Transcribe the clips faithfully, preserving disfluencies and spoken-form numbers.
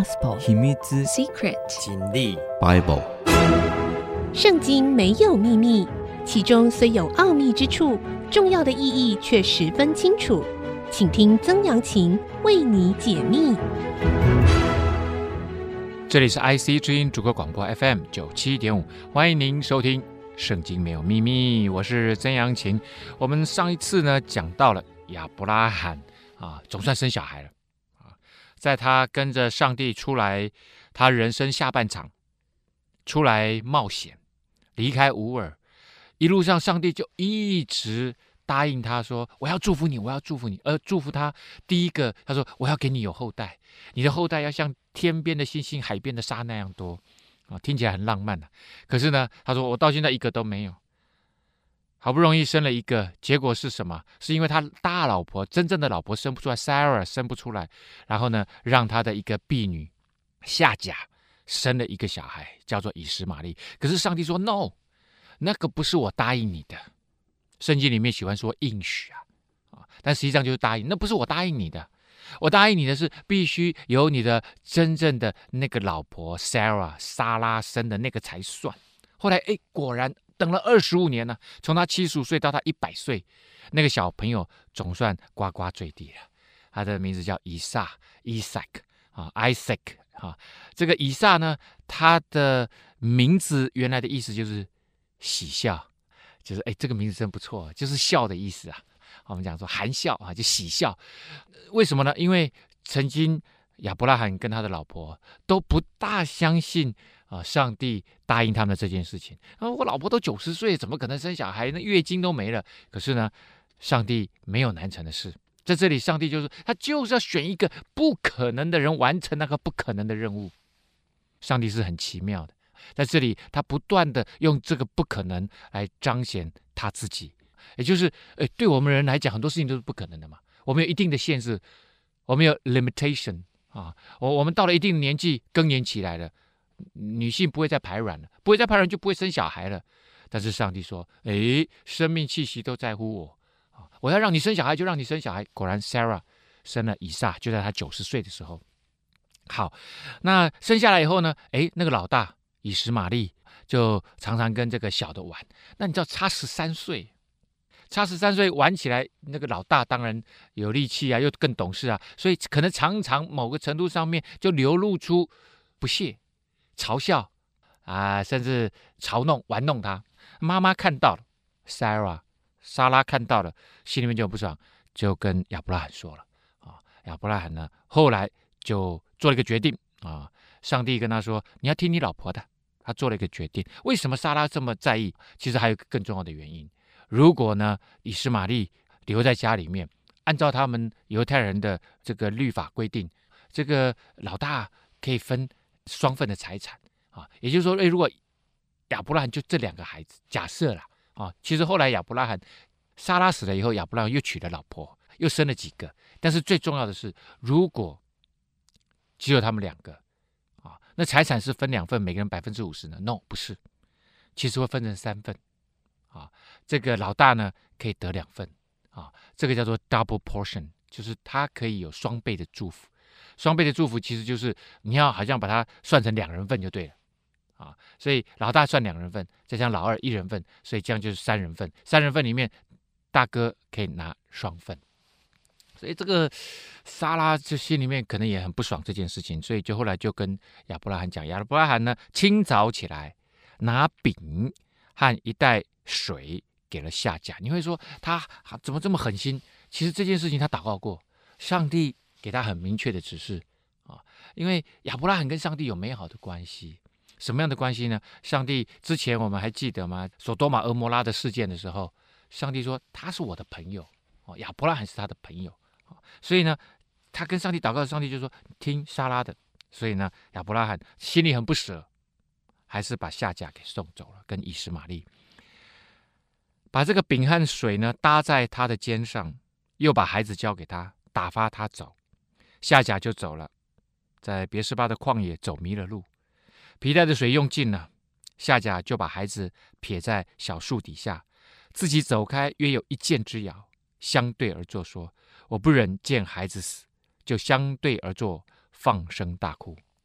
Gospel 秘密 Secret 真理 Bible。 圣经没有秘密，其中虽有奥秘之处，重要的意义却十分清楚。请听曾阳晴为你解密。 这里是 I C 之音主客广播 F M 九七点五，欢迎您收听《圣经没有秘密》，我是曾阳晴。我们上一次呢讲到了亚伯拉罕啊，总算生小孩了啊，在他跟着上帝出来，他人生下半场出来冒险，离开乌尔，一路上上帝就一直答应他说我要祝福你，我要祝福你。而祝福他第一个他说我要给你有后代，你的后代要像天边的星星海边的沙那样多啊，听起来很浪漫啊。可是呢他说我到现在一个都没有，好不容易生了一个，结果是什么？是因为他大老婆真正的老婆生不出来， Sarah 生不出来，然后呢让他的一个婢女夏甲生了一个小孩叫做以实玛利。可是上帝说 no， 那个不是我答应你的。圣经里面喜欢说应许啊，但实际上就是答应，那不是我答应你的，我答应你的是必须由你的真正的那个老婆 Sarah 莎拉生的那个才算。后来哎，果然等了二十五年呢，从他七十五岁到他一百岁，那个小朋友总算呱呱坠地了。他的名字叫以撒 Isaac 啊 Isaac 啊，这个以撒呢，他的名字原来的意思就是喜笑。就是哎，这个名字真不错，就是笑的意思啊。我们讲说含笑啊，就喜笑。为什么呢？因为曾经亚伯拉罕跟他的老婆都不大相信啊，上帝答应他们的这件事情。啊，我老婆都九十岁，怎么可能生小孩？那月经都没了。可是呢，上帝没有难成的事。在这里，上帝就是他就是要选一个不可能的人完成那个不可能的任务。上帝是很奇妙的。在这里他不断的用这个不可能来彰显他自己，也就是对我们人来讲很多事情都是不可能的嘛，我们有一定的限制，我们有 limitation 啊，我我们到了一定的年纪更年期来了，女性不会再排卵了，不会再排卵就不会生小孩了。但是上帝说诶，生命气息都在乎我，我要让你生小孩就让你生小孩。果然 Sarah 生了以撒，就在他九十岁的时候。好，那生下来以后呢，诶，那个老大以实玛利就常常跟这个小的玩。那你知道差十三岁，差十三岁玩起来，那个老大当然有力气啊，又更懂事啊，所以可能常常某个程度上面就流露出不屑、嘲笑啊，甚至嘲弄、玩弄他。妈妈看到了 ，Sarah 莎拉看到了，心里面就很不爽，就跟亚伯拉罕说了啊。亚伯拉罕呢，后来就做了一个决定啊。上帝跟他说你要听你老婆的，他做了一个决定。为什么莎拉这么在意？其实还有一个更重要的原因，如果呢以实玛利留在家里面，按照他们犹太人的这个律法规定，这个老大可以分双份的财产啊。也就是说，如果亚伯拉罕就这两个孩子，假设啦啊，其实后来亚伯拉罕莎拉死了以后，亚伯拉罕又娶了老婆，又生了几个，但是最重要的是，如果只有他们两个啊，那财产是分两份，每个人百分之五十呢 ？No， 不是，其实会分成三份啊。这个老大呢可以得两份啊，这个叫做 double portion， 就是他可以有双倍的祝福。双倍的祝福其实就是你要好像把它算成两人份就对了啊。所以老大算两人份，再加上老二一人份，所以这样就是三人份。三人份里面，大哥可以拿双份。所以这个莎拉就心里面可能也很不爽这件事情，所以就后来就跟亚伯拉罕讲，亚伯拉罕呢清早起来拿饼和一袋水给了夏甲。你会说他怎么这么狠心？其实这件事情他祷告过，上帝给他很明确的指示啊，因为亚伯拉罕跟上帝有美好的关系。什么样的关系呢？上帝之前我们还记得吗？索多玛俄摩拉的事件的时候，上帝说他是我的朋友，亚伯拉罕是他的朋友。所以呢，他跟上帝祷告，上帝就说听莎拉的。所以呢，亚伯拉罕心里很不舍，还是把夏甲给送走了，跟以实玛利把这个饼和水呢搭在他的肩上，又把孩子交给他，打发他走。夏甲就走了，在别是巴的旷野走迷了路，皮带的水用尽了，夏甲就把孩子撇在小树底下，自己走开约有一箭之遥，相对而坐说，我不忍见孩子死，就相对而坐，放声大哭。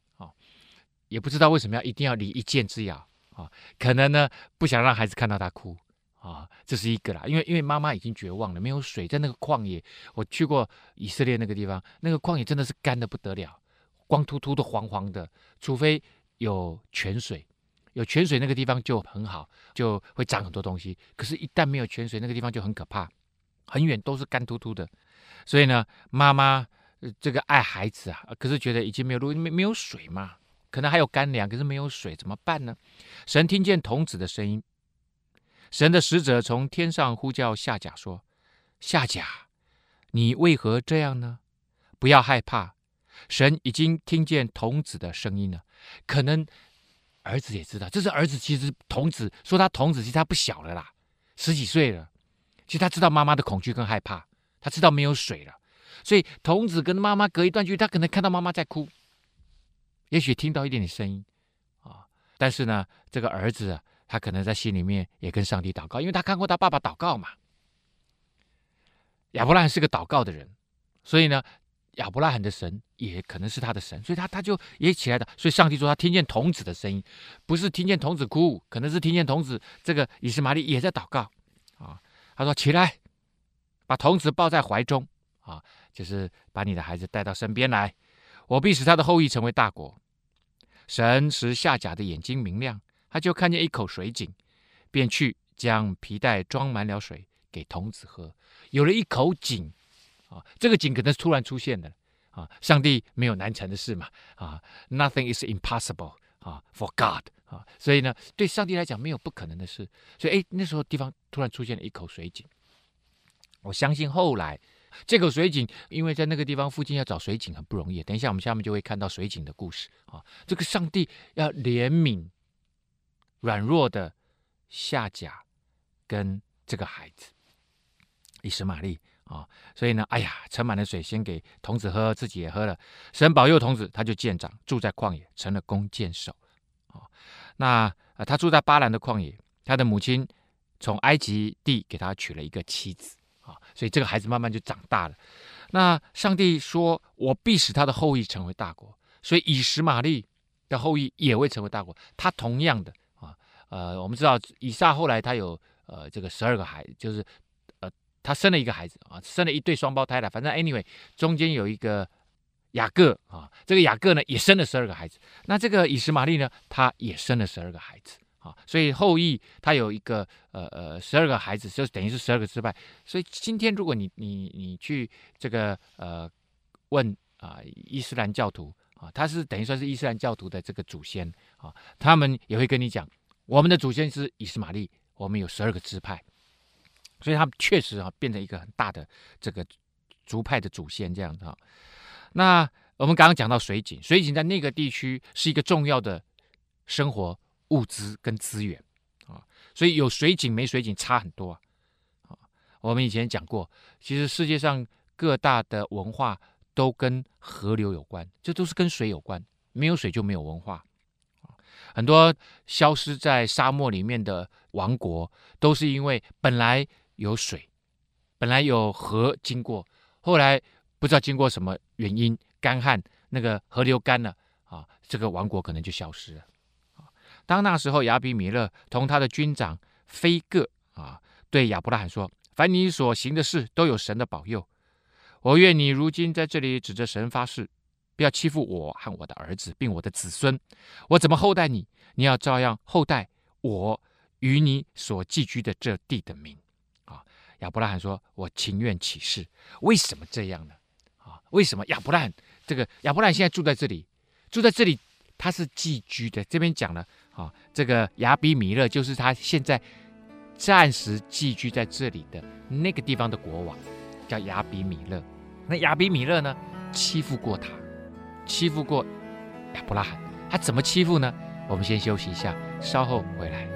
也不知道为什么要一定要离一箭之遥啊，可能呢不想让孩子看到他哭啊，这是一个啦。因为因为妈妈已经绝望了，没有水，在那个旷野，我去过以色列那个地方，那个旷野真的是干得不得了，光秃秃的、黄黄的，除非有泉水，有泉水那个地方就很好，就会长很多东西。可是，一旦没有泉水，那个地方就很可怕，很远都是干秃秃的。所以呢，妈妈、呃、这个爱孩子啊，可是觉得已经没有路，没没有水嘛，可能还有干粮，可是没有水，怎么办呢？神听见童子的声音，神的使者从天上呼叫夏甲说：“夏甲，你为何这样呢？不要害怕，神已经听见童子的声音了。”可能儿子也知道，这是儿子。其实童子说他童子，其实他不小了啦，十几岁了。其实他知道妈妈的恐惧跟害怕，他知道没有水了，所以童子跟妈妈隔一段距离，他可能看到妈妈在哭，也许听到一点点声音啊。但是呢，这个儿子啊，他可能在心里面也跟上帝祷告，因为他看过他爸爸祷告嘛。亚伯拉罕是个祷告的人，所以呢，亚伯拉罕的神也可能是他的神，所以他他就也起来的。所以上帝说他听见童子的声音，不是听见童子哭，可能是听见童子这个以实玛利也在祷告啊。他说：“起来，把童子抱在怀中啊，就是把你的孩子带到身边来，我必使他的后裔成为大国。”神使夏甲的眼睛明亮，他就看见一口水井，便去将皮带装满了水给童子喝。有了一口井啊，这个井可能是突然出现的啊，上帝没有难成的事嘛啊 ，Nothing is impossible 啊 ，for God 啊，所以呢，对上帝来讲没有不可能的事。所以哎，那时候地方突然出现了一口水井。我相信后来这口水井，因为在那个地方附近要找水井很不容易。等一下我们下面就会看到水井的故事啊。这个上帝要怜悯软弱的夏甲跟这个孩子以实玛利啊，所以呢，哎呀，盛满了水，先给童子喝，自己也喝了。神保佑童子，他就渐长，住在旷野，成了弓箭手啊。那、呃、他住在巴兰的旷野，他的母亲从埃及地给他娶了一个妻子啊，所以这个孩子慢慢就长大了。那上帝说：“我必使他的后裔成为大国。”所以以实玛利的后裔也会成为大国。他同样的啊，呃，我们知道以撒后来他有呃这个十二个孩子，就是呃他生了一个孩子啊，生了一对双胞胎了。反正 anyway 中间有一个雅各啊，这个雅各呢也生了十二个孩子。那这个以实玛利呢，他也生了十二个孩子啊，所以后裔他有一个呃呃十二个孩子，就等于是十二个支派。所以今天如果你你你去这个呃问啊、呃、伊斯兰教徒啊，他是等于说是伊斯兰教徒的这个祖先啊，他们也会跟你讲，我们的祖先是以实玛利，我们有十二个支派，所以他们确实啊变成一个很大的这个族派的祖先这样子啊。那我们刚刚讲到水井，水井在那个地区是一个重要的生活物资跟资源啊，所以有水井没水井差很多啊。啊我们以前讲过，其实世界上各大的文化都跟河流有关，这都是跟水有关，没有水就没有文化。很多消失在沙漠里面的王国，都是因为本来有水，本来有河经过，后来不知道经过什么原因干旱，那个河流干了啊，这个王国可能就消失了。当那时候亚比米勒同他的军长菲各啊，对亚伯拉罕说：“凡你所行的事，都有神的保佑。我愿你如今在这里指着神发誓，不要欺负我和我的儿子，并我的子孙。我怎么厚待你，你要照样厚待我与你所寄居的这地的民。”啊，亚伯拉罕说：“我情愿起誓。”为什么这样呢？啊，为什么亚伯拉罕这个亚伯拉罕现在住在这里，住在这里，他是寄居的。这边讲了啊，这个亚比米勒就是他现在暂时寄居在这里的那个地方的国王，叫亚比米勒。那亚比米勒呢，欺负过他，欺负过亚伯拉罕。他怎么欺负呢？我们先休息一下，稍后回来。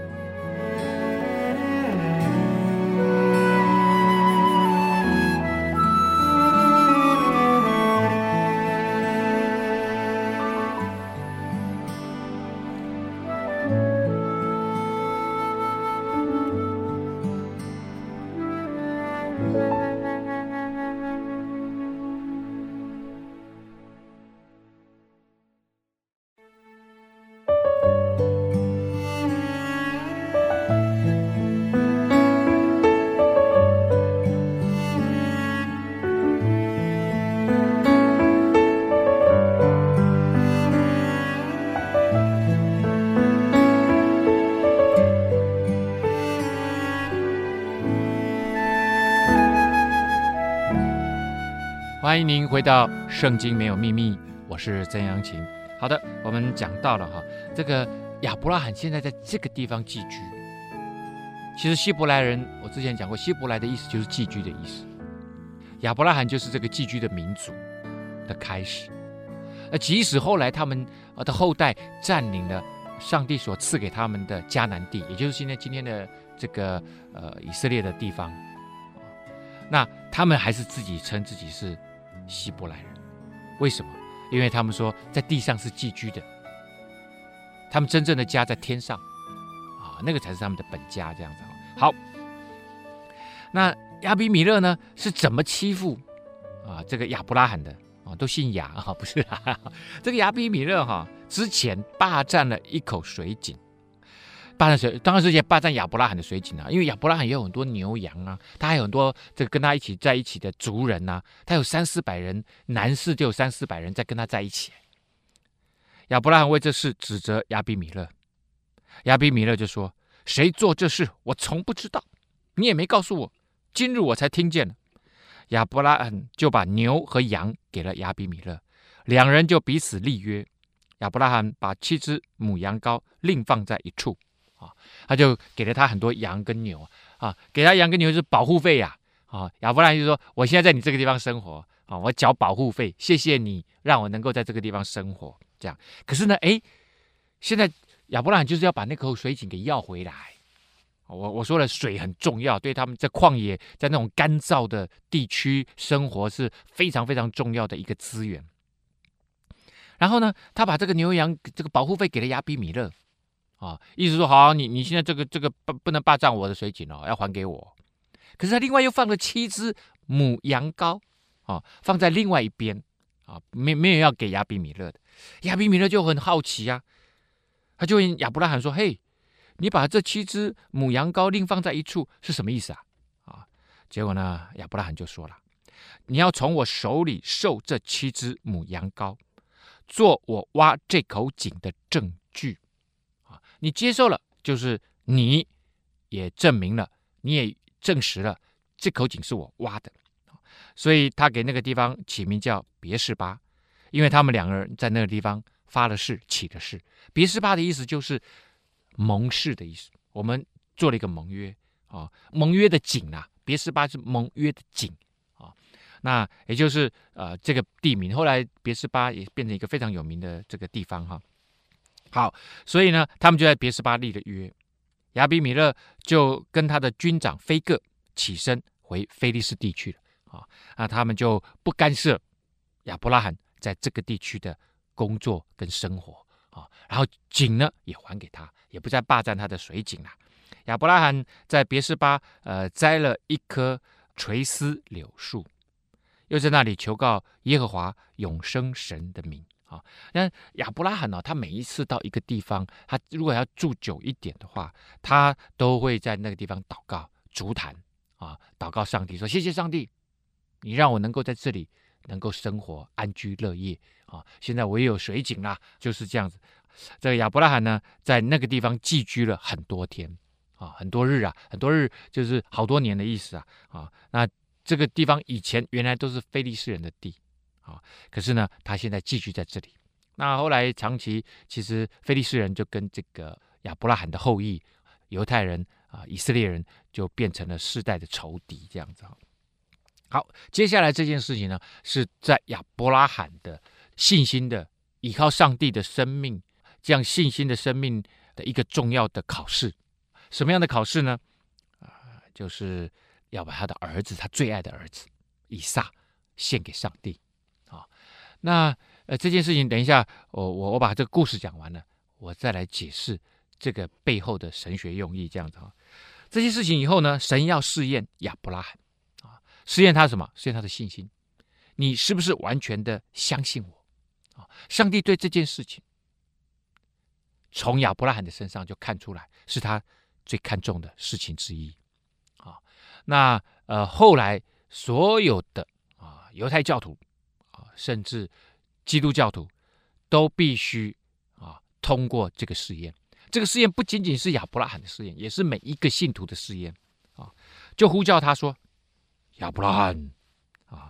欢迎您回到《圣经没有秘密》，我是曾阳晴。好的，我们讲到了哈，这个亚伯拉罕现在在这个地方寄居。其实希伯来人，我之前讲过，希伯来的意思就是寄居的意思。亚伯拉罕就是这个寄居的民族的开始。而即使后来他们的后代占领了上帝所赐给他们的迦南地，也就是现在今天的这个呃以色列的地方，那他们还是自己称自己是希伯来人。为什么？因为他们说在地上是寄居的，他们真正的家在天上啊，那个才是他们的本家。这样子好，那亚比米勒呢是怎么欺负啊这个亚伯拉罕的？哦、都姓亚啊，不是啦。这个亚比米勒哈、啊，之前霸占了一口水井，霸占水，当然是也霸占亚伯拉罕的水井啊。因为亚伯拉罕也有很多牛羊啊，他还有很多这个跟他一起在一起的族人啊，他有三四百人，男士就有三四百人在跟他在一起。亚伯拉罕为这事指责亚比米勒，亚比米勒就说：“谁做这事，我从不知道，你也没告诉我，今日我才听见了。”亚伯拉罕就把牛和羊给了亚比米勒，两人就彼此立约。亚伯拉罕把七只母羊羔另放在一处，啊，他就给了他很多羊跟牛啊，给他羊跟牛是保护费呀，啊，亚伯拉罕就说：“我现在在你这个地方生活，啊，我缴保护费，谢谢你让我能够在这个地方生活。”这样，可是呢，哎，现在亚伯拉罕就是要把那口水井给要回来。我我说了，水很重要，对他们在旷野，在那种干燥的地区生活是非常非常重要的一个资源。然后呢，他把这个牛羊这个保护费给了亚比米勒，啊，意思说好，你你现在这个这个不不能霸占我的水井哦，要还给我。可是他另外又放了七只母羊羔，啊，放在另外一边，啊，没没有要给亚比米勒的。亚比米勒就很好奇啊，他就问亚伯拉罕说：“嘿。”你把这七只母羊羔另放在一处是什么意思啊？啊，结果呢，亚伯拉罕就说了：“你要从我手里受这七只母羊羔，做我挖这口井的证据。啊，你接受了，就是你也证明了，你也证实了这口井是我挖的。所以他给那个地方起名叫别是巴，因为他们两个人在那个地方发了誓，起了誓。别是巴的意思就是盟誓的意思，我们做了一个盟约啊，盟约的井啊，别是巴是盟约的井啊，那也就是呃这个地名，后来别是巴也变成一个非常有名的这个地方哈。好，所以呢，他们就在别是巴立了约，亚比米勒就跟他的军长菲各起身回非利士地去了啊，那他们就不干涉亚伯拉罕在这个地区的工作跟生活啊，然后井呢也还给他。也不再霸占他的水井了。亚伯拉罕在别是巴呃栽了一棵垂丝柳树，又在那里求告耶和华永生神的名啊。那亚伯拉罕呢、哦，他每一次到一个地方，他如果要住久一点的话，他都会在那个地方祷告、筑坛啊，祷告上帝说：“谢谢上帝，你让我能够在这里能够生活安居乐业啊。现在我也有水井啦，就是这样子。”这个亚伯拉罕呢，在那个地方寄居了很多天啊，很多日啊，很多日就是好多年的意思啊啊。那这个地方以前原来都是非利士人的地啊，可是呢，他现在寄居在这里。那后来长期，其实非利士人就跟这个亚伯拉罕的后裔犹太人啊、以色列人就变成了世代的仇敌，这样子哈。好，接下来这件事情呢，是在亚伯拉罕的信心的依靠上帝的生命。这样信心的生命的一个重要的考试，什么样的考试呢？啊，就是要把他的儿子，他最爱的儿子以撒献给上帝啊。那呃这件事情，等一下我我我把这个故事讲完了，我再来解释这个背后的神学用意。这样子啊，这些事情以后呢，神要试验亚伯拉罕啊，试验他什么？试验他的信心。你是不是完全的相信我啊？上帝对这件事情。从亚伯拉罕的身上就看出来，是他最看重的事情之一啊。那呃，后来所有的啊犹太教徒啊，甚至基督教徒，都必须啊通过这个试验。这个试验不仅仅是亚伯拉罕的试验，也是每一个信徒的试验啊。就呼叫他说：“亚伯拉罕啊，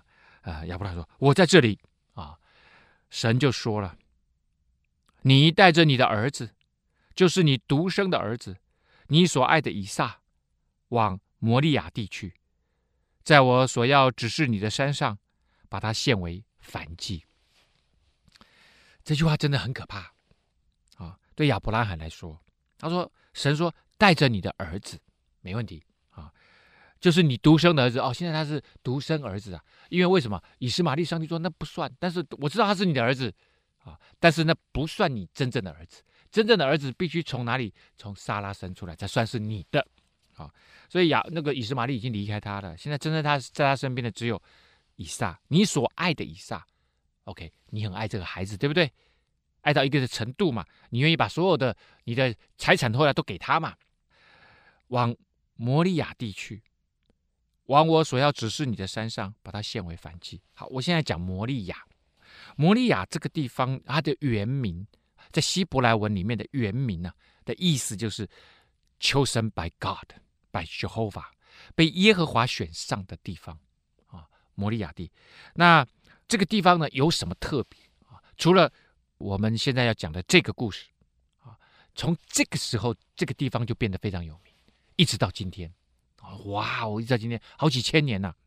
呃，亚伯拉罕说：“我在这里啊。”神就说了：“你带着你的儿子，就是你独生的儿子，你所爱的以撒，往摩利亚地去，在我所要指示你的山上，把它献为燔祭。”这句话真的很可怕啊！对亚伯拉罕来说，他说：“神说带着你的儿子，没问题啊，就是你独生的儿子哦。现在他是独生儿子啊，因为为什么？以实玛利上帝说那不算，但是我知道他是你的儿子啊，但是那不算你真正的儿子。真正的儿子必须从哪里？从撒拉生出来，才算是你的啊。所以亚那个以实玛利已经离开他了，现在真正他在他身边的只有以撒，你所爱的以撒。OK， 你很爱这个孩子，对不对？爱到一个的程度嘛，你愿意把所有的你的财产后来都给他嘛？往摩利亚地去，往我所要指示你的山上，把它献为燔祭。好，我现在讲摩利亚。摩利亚这个地方，它的原名在希伯来文里面的原名呢、啊、的意思就是 chosen by God by Jehovah， 被耶和华选上的地方啊，摩利亚地。那这个地方呢有什么特别啊？除了我们现在要讲的这个故事啊，从这个时候这个地方就变得非常有名，一直到今天啊，哇！我一直到今天好几千年了、啊。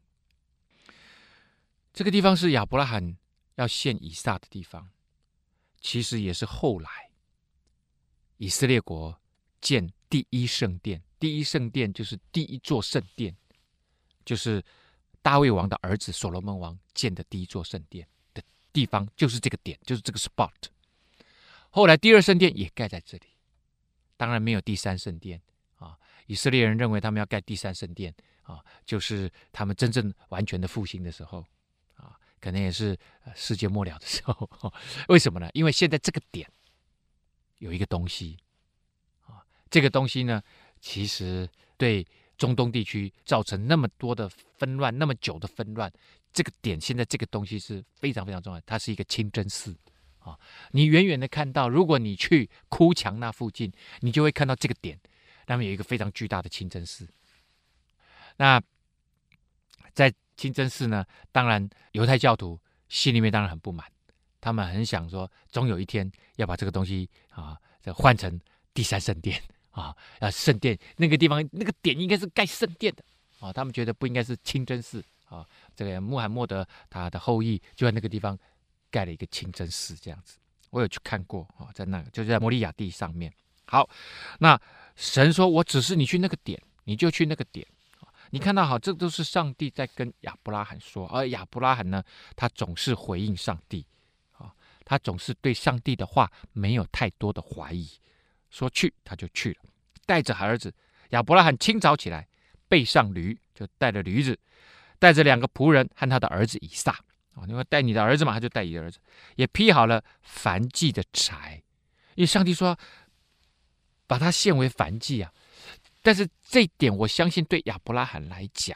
这个地方是亚伯拉罕要献以撒的地方，其实也是后来以色列国建第一圣殿。第一圣殿就是第一座圣殿，就是大卫王的儿子所罗门王建的第一座圣殿的地方，就是这个点，就是这个 spot。后来第二圣殿也盖在这里，当然没有第三圣殿啊。以色列人认为他们要盖第三圣殿啊，就是他们真正完全的复兴的时候啊，可能也是世界末了的时候。为什么呢？因为现在这个点有一个东西啊，这个东西呢，其实对中东地区造成那么多的纷乱，那么久的纷乱，这个点现在这个东西是非常非常重要，它是一个清真寺啊。你远远的看到，如果你去哭墙那附近，你就会看到这个点，那么有一个非常巨大的清真寺。那在清真寺呢，当然犹太教徒心里面当然很不满，他们很想说，总有一天要把这个东西啊，换成第三圣殿。啊，啊，圣殿那个地方那个点应该是盖圣殿的啊，他们觉得不应该是清真寺啊。这个穆罕默德他的后裔就在那个地方盖了一个清真寺，这样子，我有去看过啊，在那个就是在摩利亚地上面。好，那神说，我指示你去那个点，你就去那个点。你看到好，这都是上帝在跟亚伯拉罕说，而亚伯拉罕呢，他总是回应上帝啊，他总是对上帝的话没有太多的怀疑。说去他就去了，带着儿子亚伯拉罕清早起来，背上驴，就带着驴子，带着两个仆人和他的儿子以撒啊，因为带你的儿子嘛，他就带你的儿子，也劈好了燔祭的柴，因为上帝说把它献为燔祭啊。但是这一点我相信对亚伯拉罕来讲，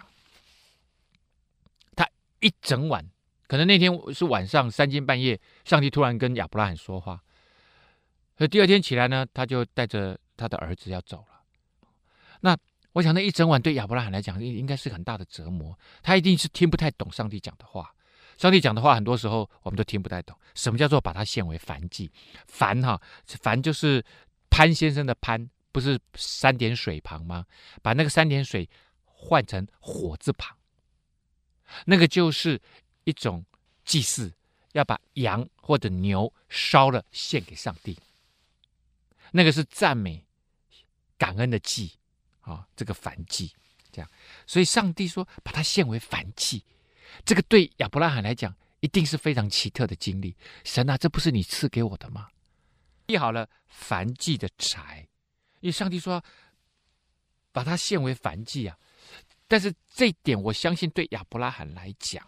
他一整晚，可能那天是晚上三更半夜，上帝突然跟亚伯拉罕说话。所以第二天起来呢，他就带着他的儿子要走了。那我想那一整晚对亚伯拉罕来讲应该是很大的折磨，他一定是听不太懂上帝讲的话。上帝讲的话很多时候我们都听不太懂。什么叫做把它献为燔祭？燔哈，燔就是潘先生的潘，不是三点水旁吗？把那个三点水换成火字旁，那个就是一种祭祀，要把羊或者牛烧了献给上帝。那个是赞美感恩的祭啊，这个燔祭这样，所以上帝说把它献为燔祭，这个对亚伯拉罕来讲一定是非常奇特的经历。神啊，这不是你赐给我的吗？立好了燔祭的柴，因为上帝说把它献为燔祭啊。但是这一点我相信对亚伯拉罕来讲，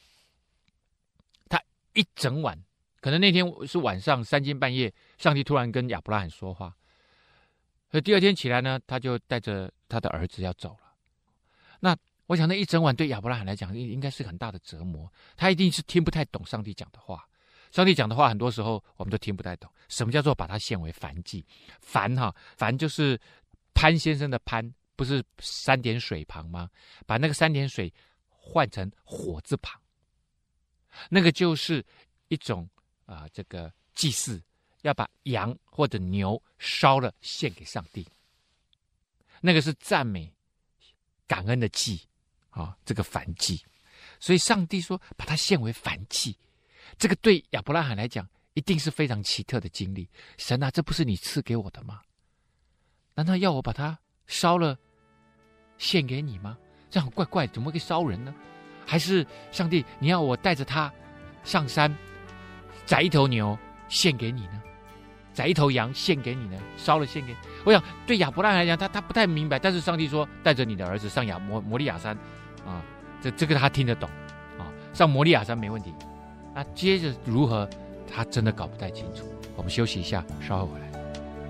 他一整晚，可能那天是晚上三更半夜，上帝突然跟亚伯拉罕说话。所以第二天起来呢，他就带着他的儿子要走了。那我想那一整晚对亚伯拉罕来讲应该是很大的折磨，他一定是听不太懂上帝讲的话。上帝讲的话很多时候我们都听不太懂。什么叫做把它献为燔祭？燔哈，燔就是潘先生的潘，不是三点水旁吗？把那个三点水换成火字旁， 那个就是一种啊、呃，这个祭祀，要把羊或者牛烧了献给上帝，那个是赞美感恩的祭啊，这个燔祭。所以上帝说把它献为燔祭，这个对亚伯拉罕来讲一定是非常奇特的经历。神啊，这不是你赐给我的吗？难道要我把它烧了献给你吗？这样怪怪，怎么会烧人呢？还是上帝你要我带着它上山宰一头牛献给你呢？宰一头羊献给你呢？烧了献给你？我想对亚伯拉罕来讲，他他不太明白，但是上帝说带着你的儿子上亚摩摩利亚山啊，这这个他听得懂啊，上摩利亚山没问题。那接着如何，他真的搞不太清楚。我们休息一下，稍后回来。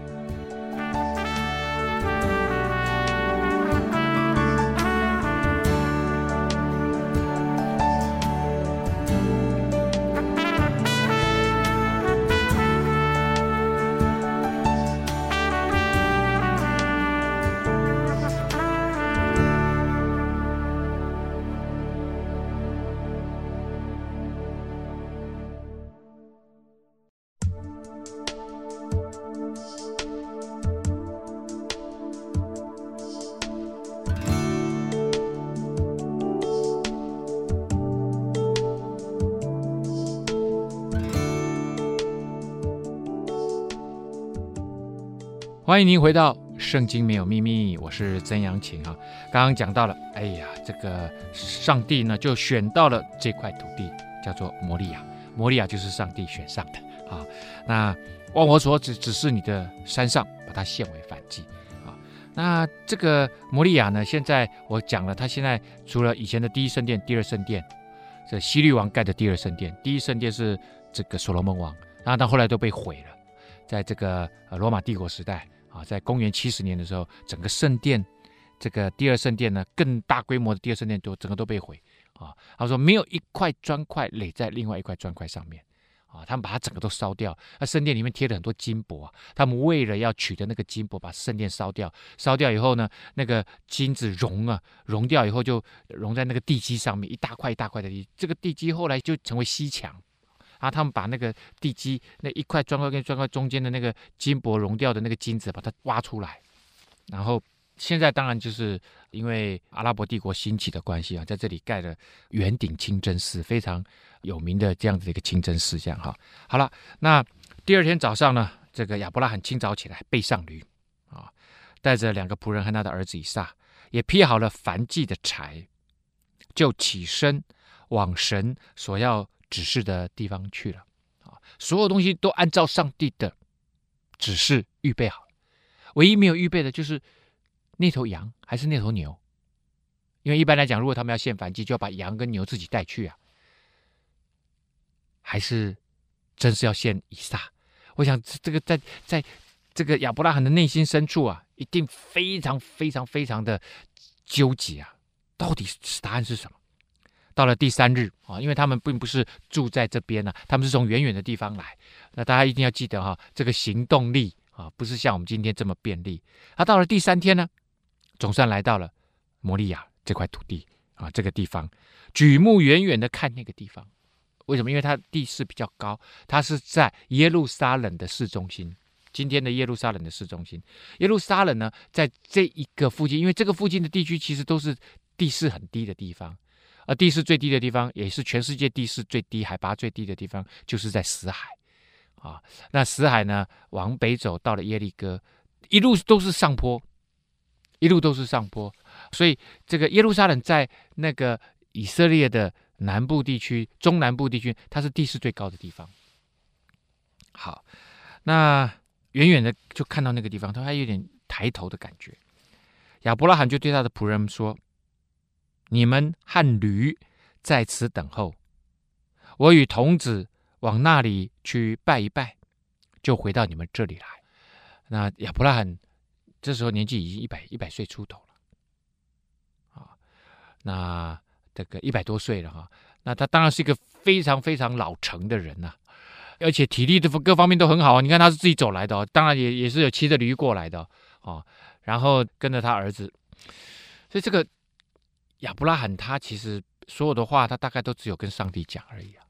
欢迎您回到圣经没有秘密，我是曾阳晴哈。刚刚讲到了，哎呀，这个上帝呢就选到了这块土地，叫做摩利亚。摩利亚就是上帝选上的啊。那望我所指，只是你的山上，把它献为燔祭啊。那这个摩利亚呢，现在我讲了，它现在除了以前的第一圣殿、第二圣殿，这希律王盖的第二圣殿，第一圣殿是这个所罗门王，然后到后来都被毁了，在这个罗马帝国时代。啊，在公元七十年的时候，整个圣殿，这个第二圣殿呢，更大规模的第二圣殿都整个都被毁啊。他说没有一块砖块垒在另外一块砖块上面啊，他们把它整个都烧掉。那圣殿里面贴了很多金箔啊，他们为了要取得那个金箔，把圣殿烧掉。烧掉以后呢，那个金子熔啊，熔掉以后就熔在那个地基上面，一大块一大块的地，这个地基后来就成为西墙。然后他们把那个地基那一块砖块跟砖块中间的那个金箔熔掉的那个金子把它挖出来，然后现在当然就是因为阿拉伯帝国兴起的关系啊，在这里盖了圆顶清真寺，非常有名的这样子的一个清真寺，这样哈。好了，那第二天早上呢，这个亚伯拉罕清早起来，背上驴啊，带着两个仆人和他的儿子以撒，也劈好了燔祭的柴，就起身往神所要指示的地方去了啊，所有东西都按照上帝的指示预备好，唯一没有预备的就是那头羊还是那头牛，因为一般来讲，如果他们要献燔祭，就要把羊跟牛自己带去啊，还是真是要献以撒？我想这个在在这个亚伯拉罕的内心深处啊，一定非常非常非常的纠结啊，到底答案是什么？到了第三日啊，因为他们并不是住在这边啊，他们是从远远的地方来。那大家一定要记得哈，这个行动力啊，不是像我们今天这么便利。他到了第三天呢，总算来到了摩利亚这块土地啊，这个地方，举目远远的看那个地方。为什么？因为它地势比较高，它是在耶路撒冷的市中心。今天的耶路撒冷的市中心，耶路撒冷呢，在这一个附近，因为这个附近的地区其实都是地势很低的地方。而地势最低的地方，也是全世界地势最低、海拔最低的地方，就是在死海啊。那死海呢，往北走到了耶利哥，一路都是上坡，一路都是上坡。所以这个耶路撒冷在那个以色列的南部地区、中南部地区，它是地势最高的地方。好，那远远的就看到那个地方，他还有点抬头的感觉。亚伯拉罕就对他的仆人们说：你们和驴在此等候，我与童子往那里去拜一拜，就回到你们这里来。那亚伯拉罕这时候年纪已经一百一百岁出头了啊，那这个一百多岁了哈，那他当然是一个非常非常老成的人呐、啊，而且体力的各方面都很好啊。你看他是自己走来的、哦，当然也也是有骑着驴过来的哦，然后跟着他儿子，所以这个亚伯拉罕他其实所有的话，他大概都只有跟上帝讲而已啊。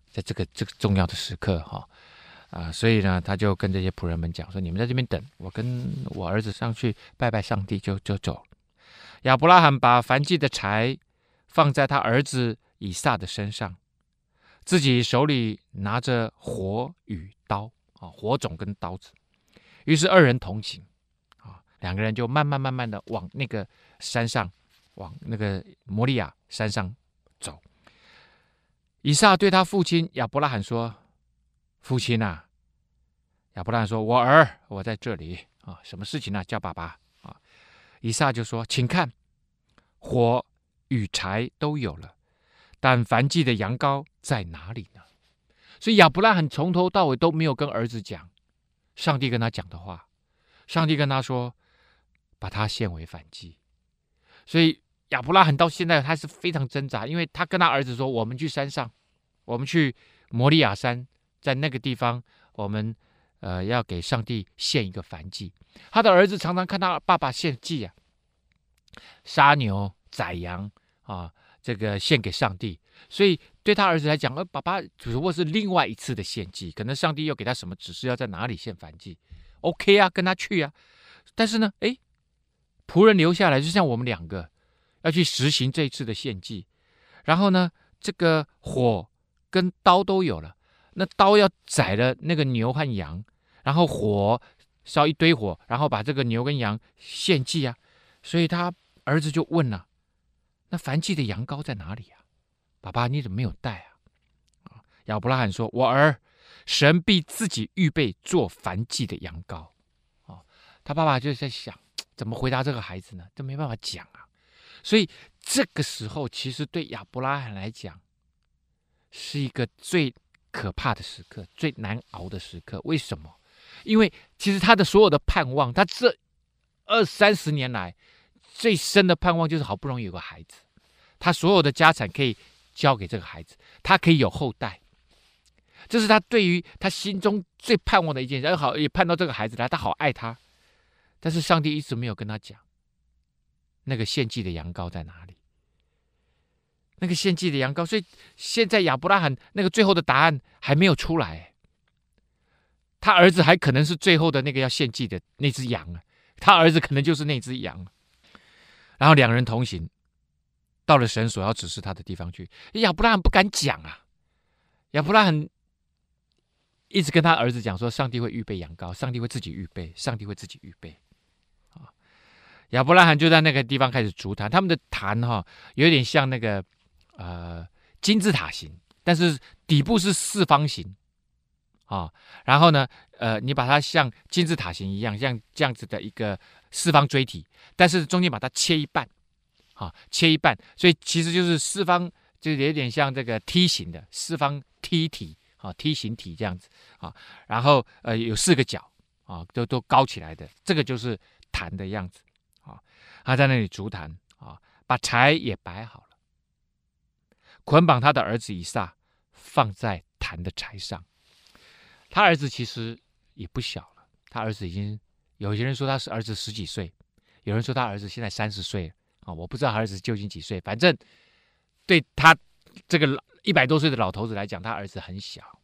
在这个这个重要的时刻哈啊，所以呢，他就跟这些仆人们讲说：“你们在这边等，我跟我儿子上去拜拜上帝就就走。”亚伯拉罕把燔祭的柴放在他儿子以撒的身上，自己手里拿着火与刀啊，火种跟刀子。于是二人同行啊，两个人就慢慢慢慢的往那个山上，往那个摩利亚山上走。以撒对他父亲亚伯拉罕说：“父亲啊！”亚伯拉罕说：“我儿，我在这里啊，什么事情呢、啊？叫爸爸啊！”以撒就说：“请看，火与柴都有了，但燔祭的羊羔在哪里呢？”所以亚伯拉罕从头到尾都没有跟儿子讲上帝跟他讲的话。上帝跟他说：“把他献为燔祭。”所以亚伯拉罕到现在他是非常挣扎，因为他跟他儿子说：“我们去山上，我们去摩利亚山，在那个地方，我们呃要给上帝献一个燔祭。”他的儿子常常看他爸爸献祭啊，杀牛宰羊啊，这个献给上帝。所以对他儿子来讲，呃，爸爸只不过是另外一次的献祭，可能上帝又给他什么指示，要在哪里献燔祭 ，OK 啊，跟他去啊。但是呢，哎，仆人留下来，就像我们两个要去实行这一次的献祭。然后呢，这个火跟刀都有了，那刀要宰了那个牛和羊，然后火烧一堆火，然后把这个牛跟羊献祭啊。所以他儿子就问了、啊：“那燔祭的羊羔在哪里啊？爸爸，你怎么没有带啊？”亚伯拉罕说：“我儿，神必自己预备做燔祭的羊羔。”他爸爸就在想，怎么回答这个孩子呢？这没办法讲啊。所以这个时候，其实对亚伯拉罕来讲，是一个最可怕的时刻，最难熬的时刻。为什么？因为其实他的所有的盼望，他这二三十年来最深的盼望，就是好不容易有个孩子，他所有的家产可以交给这个孩子，他可以有后代。这是他对于他心中最盼望的一件事。好，也盼到这个孩子来，他好爱他。但是上帝一直没有跟他讲，那个献祭的羊羔在哪里？那个献祭的羊羔，所以现在亚伯拉罕那个最后的答案还没有出来。他儿子还可能是最后的那个要献祭的那只羊啊，他儿子可能就是那只羊。然后两人同行，到了神所要指示他的地方去。亚伯拉罕不敢讲啊，亚伯拉罕一直跟他儿子讲说，上帝会预备羊羔，上帝会自己预备，上帝会自己预备。亚伯拉罕就在那个地方开始筑坛，他们的坛哈、哦、有点像那个呃金字塔形，但是底部是四方形啊、哦。然后呢，呃，你把它像金字塔形一样，像这样子的一个四方锥体，但是中间把它切一半，啊、哦，切一半，所以其实就是四方，就有点像这个梯形的四方梯体啊、哦，梯形体这样子啊、哦。然后呃有四个角啊、哦，都都高起来的，这个就是坛的样子。他在那里筑坛啊，把柴也摆好了，捆绑他的儿子以撒，放在坛的柴上。他儿子其实也不小了，他儿子已经有些人说他是儿子十几岁，有人说他儿子现在三十岁啊，我不知道他儿子究竟几岁，反正对他这个一百多岁的老头子来讲，他儿子很小。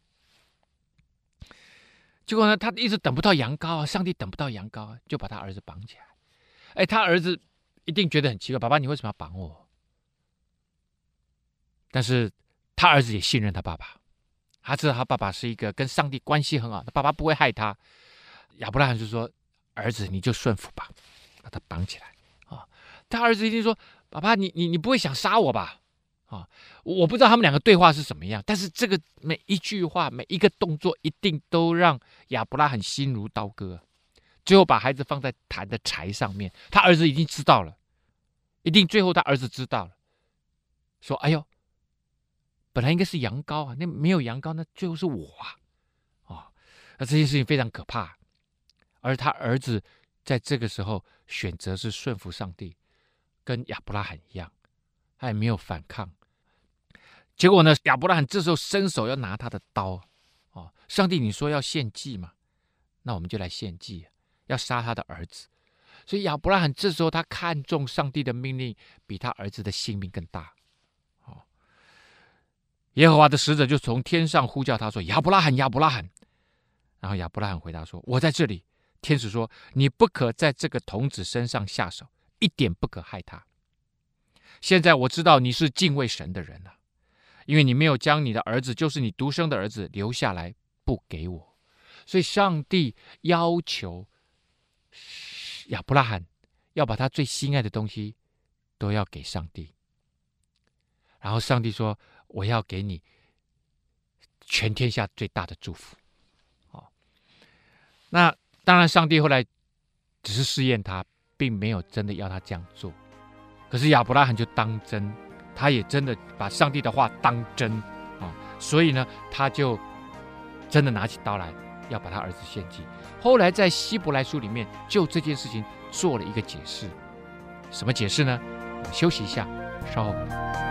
结果呢，他一直等不到羊羔啊，上帝等不到羊羔、啊，就把他儿子绑起来。哎，他儿子一定觉得很奇怪，爸爸，你为什么要绑我？但是他儿子也信任他爸爸，他知道他爸爸是一个跟上帝关系很好，他爸爸不会害他。亚伯拉罕就说：“儿子，你就顺服吧，把他绑起来啊。”他儿子一定说：“爸爸，你你你不会想杀我吧？”啊，我不知道他们两个对话是什么样，但是这个每一句话、每一个动作，一定都让亚伯拉罕心如刀割。最后把孩子放在坛的柴上面，他儿子已经知道了，一定最后他儿子知道了，说：“哎呦，本来应该是羊羔啊，那没有羊羔，那最后是我啊！”哦，那这件事情非常可怕。而他儿子在这个时候选择是顺服上帝，跟亚伯拉罕一样，他也没有反抗。结果呢，亚伯拉罕这时候伸手要拿他的刀，哦，上帝，你说要献祭嘛，那我们就来献祭。要杀他的儿子，所以亚伯拉罕这时候他看重上帝的命令，比他儿子的性命更大。哦， 耶和华的使者就从天上呼叫他说：亚伯拉罕，亚伯拉罕。然后亚伯拉罕回答说：我在这里。天使说：你不可在这个童子身上下手，一点不可害他。现在我知道你是敬畏神的人了，因为你没有将你的儿子，就是你独生的儿子留下来不给我。所以上帝要求亚伯拉罕要把他最心爱的东西都要给上帝。然后上帝说：我要给你全天下最大的祝福。哦、那当然上帝后来只是试验他，并没有真的要他这样做。可是亚伯拉罕就当真，他也真的把上帝的话当真、哦、所以呢他就真的拿起刀来要把他儿子献祭。后来在希伯来书里面就这件事情做了一个解释。什么解释呢？我们休息一下，稍后回来。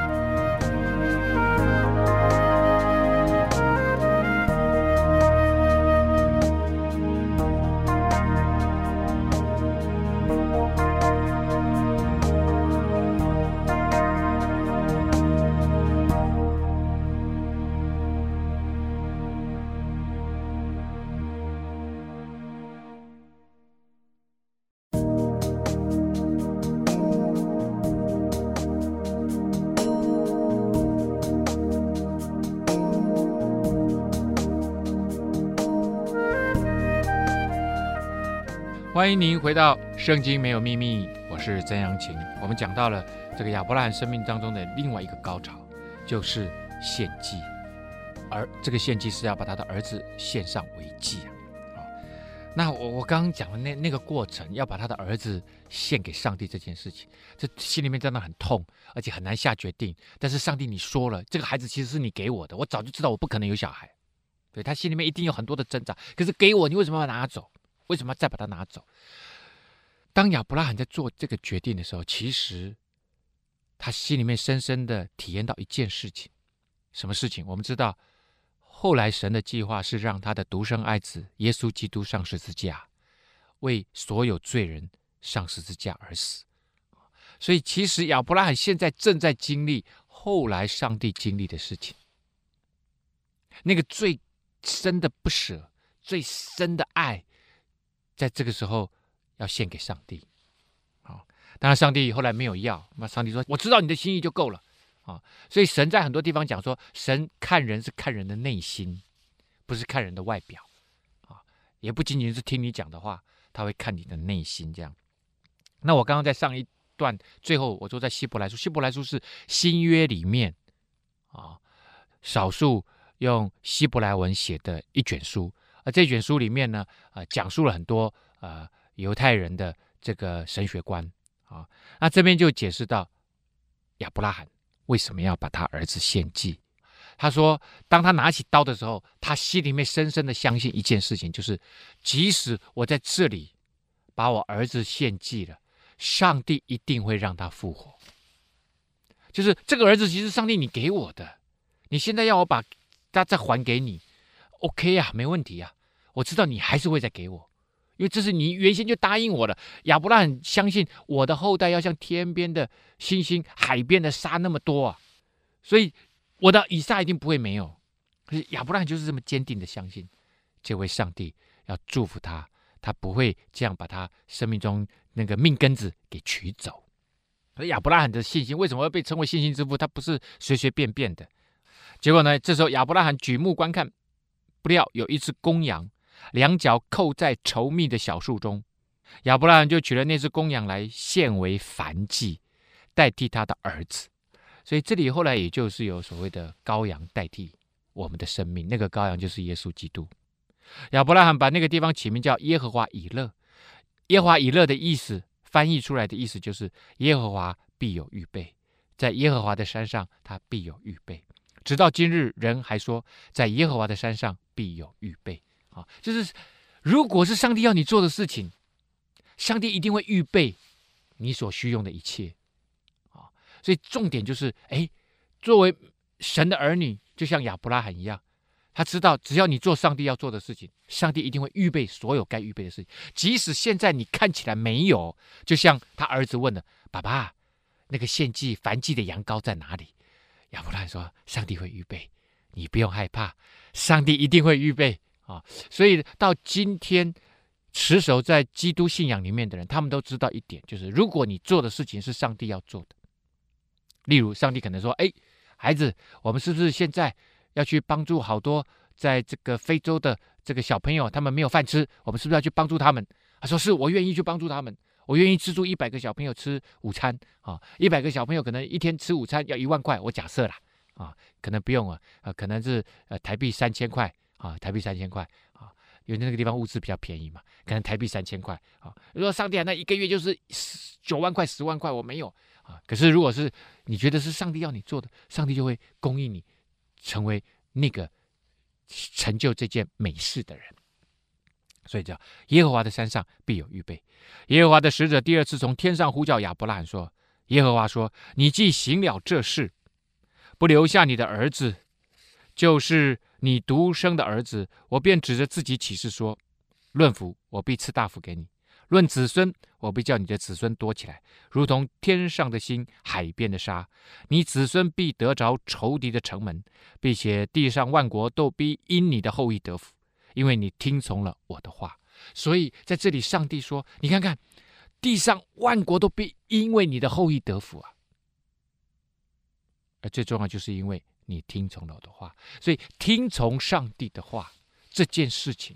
欢迎您回到圣经没有秘密，我是曾阳晴。我们讲到了这个亚伯拉罕生命当中的另外一个高潮，就是献祭。而这个献祭是要把他的儿子献上为祭啊。哦、那我我刚刚讲的那那个过程，要把他的儿子献给上帝这件事情，这心里面真的很痛，而且很难下决定。但是上帝你说了，这个孩子其实是你给我的，我早就知道我不可能有小孩。对，他心里面一定有很多的挣扎，可是给我，你为什么要拿走？为什么要再把它拿走？当亚伯拉罕在做这个决定的时候，其实他心里面深深的体验到一件事情。什么事情？我们知道后来神的计划是让他的独生爱子耶稣基督上十字架，为所有罪人上十字架而死。所以其实亚伯拉罕现在正在经历后来上帝经历的事情，那个最深的不舍，最深的爱，在这个时候要献给上帝。好，当然上帝后来没有要，那上帝说我知道你的心意就够了。所以神在很多地方讲说，神看人是看人的内心，不是看人的外表，也不仅仅是听你讲的话，他会看你的内心。这样，那我刚刚在上一段最后我说在希伯来书，希伯来书是新约里面啊少数用希伯来文写的一卷书。而这卷书里面呢，呃，讲述了很多呃犹太人的这个神学观啊。那这边就解释到亚伯拉罕为什么要把他儿子献祭。他说，当他拿起刀的时候，他心里面深深的相信一件事情，就是即使我在这里把我儿子献祭了，上帝一定会让他复活。就是这个儿子其实上帝你给我的，你现在要我把他再还给你，OK 啊，没问题啊，我知道你还是会再给我，因为这是你原先就答应我的。亚伯拉罕相信我的后代要像天边的星星、海边的沙那么多啊，所以我的以撒一定不会没有。可是亚伯拉罕就是这么坚定的相信，这位上帝要祝福他，他不会这样把他生命中那个命根子给取走。而亚伯拉罕的信心为什么会被称为信心之父？他不是随随便便的。结果呢，这时候亚伯拉罕举目观看，不料有一只公羊，两脚扣在稠密的小树中。亚伯拉罕就取了那只公羊来献为燔祭，代替他的儿子。所以这里后来也就是有所谓的羔羊代替我们的生命，那个羔羊就是耶稣基督。亚伯拉罕把那个地方起名叫耶和华以勒。耶和华以勒的意思，翻译出来的意思就是耶和华必有预备，在耶和华的山上他必有预备。直到今日，人还说在耶和华的山上必有预备。啊，就是如果是上帝要你做的事情，上帝一定会预备你所需用的一切。啊，所以重点就是，哎，作为神的儿女，就像亚伯拉罕一样，他知道只要你做上帝要做的事情，上帝一定会预备所有该预备的事情，即使现在你看起来没有。就像他儿子问的，爸爸，那个献祭燔祭的羊羔在哪里？ 亚伯拉罕说：“上帝会预备，你不用害怕，上帝一定会预备啊！”所以到今天，持守在基督信仰里面的人，他们都知道一点，就是如果你做的事情是上帝要做的，例如上帝可能说：“哎，孩子，我们是不是现在要去帮助好多在这个非洲的这个小朋友，他们没有饭吃，我们是不是要去帮助他们？”他说：“是，我愿意去帮助他们。”我愿意资助一百个小朋友吃午餐啊，一百个小朋友可能一天吃午餐要一万块，我假设啦啊，可能不用啊，呃，可能是呃台币三千块啊，台币三千块啊，因为那个地方物资比较便宜嘛，可能台币三千块啊。如果上帝啊，那一个月就是九万块、十万块，我没有啊。可是如果是你觉得是上帝要你做的，上帝就会供应你，成为那个成就这件美事的人。所以叫耶和华的山上必有预备。耶和华的使者第二次从天上呼叫亚伯拉罕说：“耶和华说，你既行了这事，不留下你的儿子，就是你独生的儿子，我便指着自己起誓说：论福，我必赐大福给你；论子孙，我必叫你的子孙多起来，如同天上的星，海边的沙。你子孙必得着仇敌的城门，并且地上万国都必因你的后裔得福。因为你听从了我的话。”所以在这里上帝说，你看看地上万国都必因为你的后裔得福啊。而最重要就是因为你听从了我的话。所以听从上帝的话这件事情，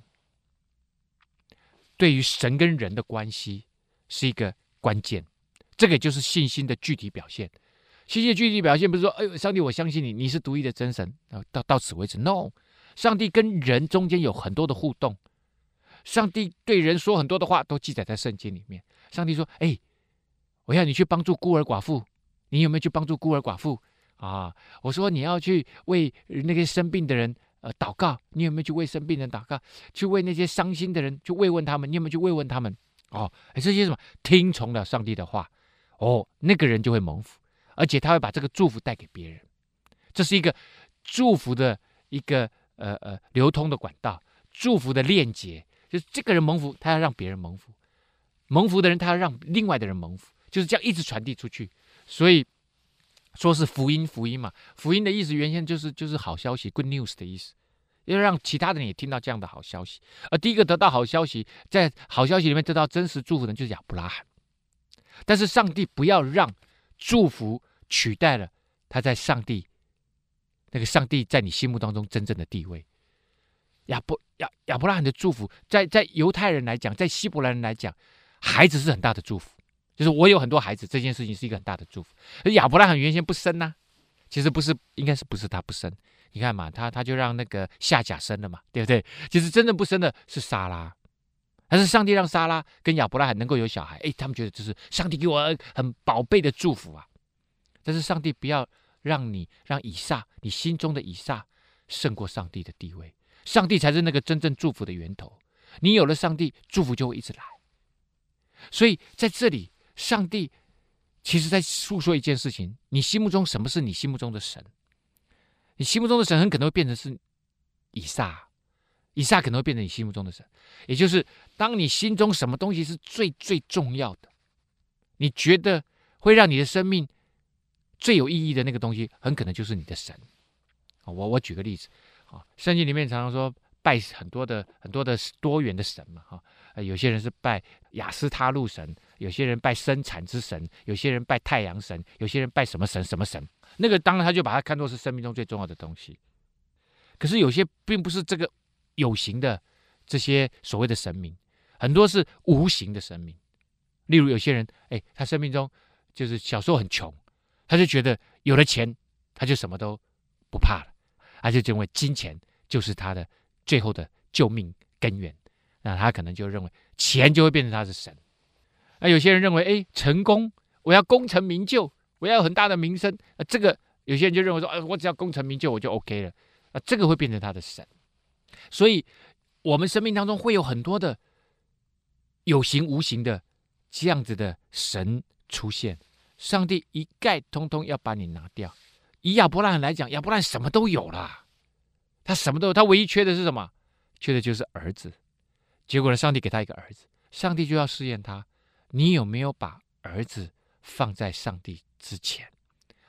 对于神跟人的关系是一个关键。这个就是信心的具体表现。信心的具体表现不是说，哎呦，上帝我相信你，你是独一的真神，到到此为止。 No，上帝跟人中间有很多的互动，上帝对人说很多的话都记载在圣经里面。上帝说：“哎，我要你去帮助孤儿寡妇，你有没有去帮助孤儿寡妇啊？我说你要去为那些生病的人呃祷告，你有没有去为生病人祷告？去为那些伤心的人去慰问他们，你有没有去慰问他们？哦，哎，这些什么听从了上帝的话，哦，那个人就会蒙福，而且他会把这个祝福带给别人。这是一个祝福的一个。”呃呃，流通的管道，祝福的链接，就是这个人蒙福，他要让别人蒙福；蒙福的人，他要让另外的人蒙福，就是这样一直传递出去。所以说是福音，福音嘛，福音的意思原先就是就是好消息 ，good news 的意思，要让其他的人也听到这样的好消息。而第一个得到好消息，在好消息里面得到真实祝福的人就是亚伯拉罕。但是上帝不要让祝福取代了他在上帝。那个上帝在你心目当中真正的地位，亚伯亚亚伯拉罕的祝福，在在犹太人来讲，在希伯来人来讲，孩子是很大的祝福，就是我有很多孩子这件事情是一个很大的祝福。而亚伯拉罕原先不生呐、啊，其实不是，应该是不是他不生？你看嘛，他他就让那个夏甲生了嘛，对不对？其实真正不生的是撒拉，但是上帝让撒拉跟亚伯拉罕能够有小孩，哎，他们觉得这是上帝给我很宝贝的祝福啊。但是上帝不要。让你让以撒，你心中的以撒胜过上帝的地位，上帝才是那个真正祝福的源头。你有了上帝，祝福就会一直来。所以在这里，上帝其实在诉说一件事情：你心目中什么是你心目中的神？你心目中的神很可能会变成是以撒，以撒可能会变成你心目中的神。也就是当你心中什么东西是最最重要的，你觉得会让你的生命最有意义的那个东西，很可能就是你的神。我我举个例子，圣经里面常常说拜很多的很多的多元的神嘛，有些人是拜亚斯他路神，有些人拜生产之神，有些人拜太阳神，有些人拜什么神什么神。那个当然他就把它看作是生命中最重要的东西。可是有些并不是这个有形的这些所谓的神明，很多是无形的神明。例如有些人，哎，他生命中就是小时候很穷。他就觉得有了钱，他就什么都不怕了，他就认为金钱就是他的最后的救命根源。那他可能就认为钱就会变成他的神。那有些人认为，哎，成功，我要功成名就，我要有很大的名声。啊，这个有些人就认为说，哎，我只要功成名就我就 OK 了。啊，这个会变成他的神。所以，我们生命当中会有很多的有形无形的这样子的神出现。上帝一概通通要把你拿掉。以亚伯拉罕来讲，亚伯拉罕什么都有啦，他什么都有，他唯一缺的是什么？缺的就是儿子。结果呢，上帝给他一个儿子，上帝就要试验他，你有没有把儿子放在上帝之前？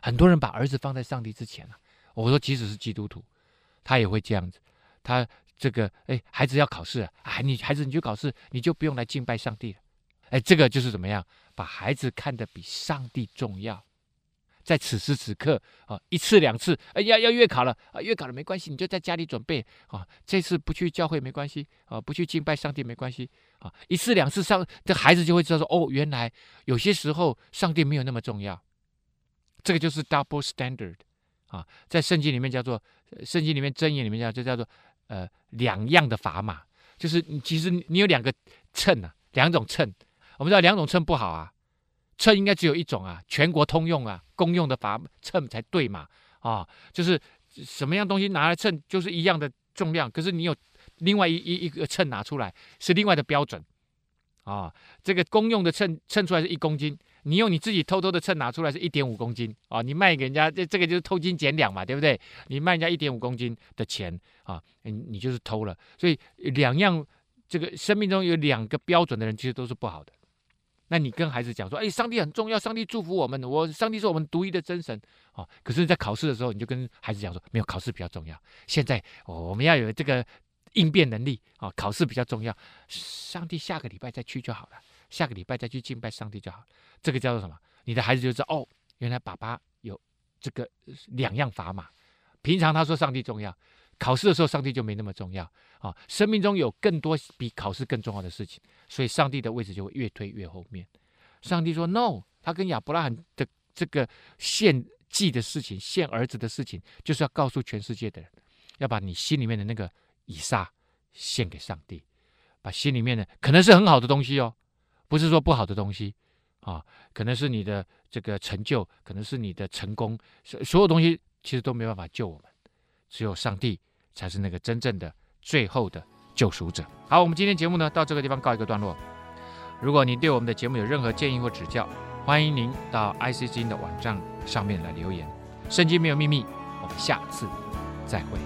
很多人把儿子放在上帝之前啊。我说，即使是基督徒，他也会这样子。他这个，哎，孩子要考试了，啊，你孩子你就考试，你就不用来敬拜上帝了。哎，这个就是怎么样，把孩子看得比上帝重要。在此时此刻啊，一次两次，哎呀，要月考了啊，月考了没关系，你就在家里准备啊。这次不去教会没关系啊，不去敬拜上帝没关系啊。一次两次上，这孩子就会知道说，哦，原来有些时候上帝没有那么重要。这个就是 double standard 啊，在圣经里面叫做，圣经里面箴言里面叫就叫做呃两样的砝码，就是你其实你有两个秤啊，两种秤。我们知道两种秤不好啊。秤应该只有一种啊，全国通用啊，公用的砝秤才对嘛啊，就是什么样东西拿来称就是一样的重量，可是你有另外一一一个秤拿出来是另外的标准啊，这个公用的秤称出来是一公斤，你用你自己偷偷的秤拿出来是一点五公斤啊，你卖给人家这这个就是偷斤减两嘛，对不对？你卖人家一点五公斤的钱啊，你你就是偷了，所以两样这个生命中有两个标准的人，其实都是不好的。那你跟孩子讲说，哎，上帝很重要，上帝祝福我们，我上帝是我们独一的真神啊。可是，在考试的时候，你就跟孩子讲说，没有，考试比较重要。现在、哦、我们要有这个应变能力啊，考试比较重要。上帝下个礼拜再去就好了，下个礼拜再去敬拜上帝就好了。这个叫做什么？你的孩子就知道，哦，原来爸爸有这个两样砝码。平常他说上帝重要，考试的时候上帝就没那么重要啊。生命中有更多比考试更重要的事情。所以上帝的位置就会越推越后面。上帝说 no， 他跟亚伯拉罕的这个献祭的事情，献儿子的事情，就是要告诉全世界的人，要把你心里面的那个以撒献给上帝，把心里面的可能是很好的东西哦，不是说不好的东西啊，可能是你的这个成就，可能是你的成功，所有东西其实都没办法救我们，只有上帝才是那个真正的最后的救赎者。好，我们今天节目呢到这个地方告一个段落。如果您对我们的节目有任何建议或指教，欢迎您到 I C 之音的网站上面来留言。圣经没有秘密，我们下次再会。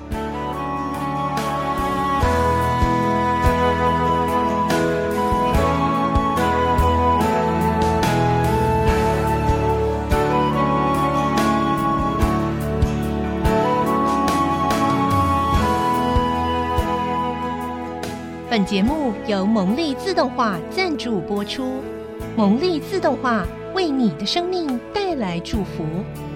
本节目由蒙利自动化赞助播出，蒙利自动化为你的生命带来祝福。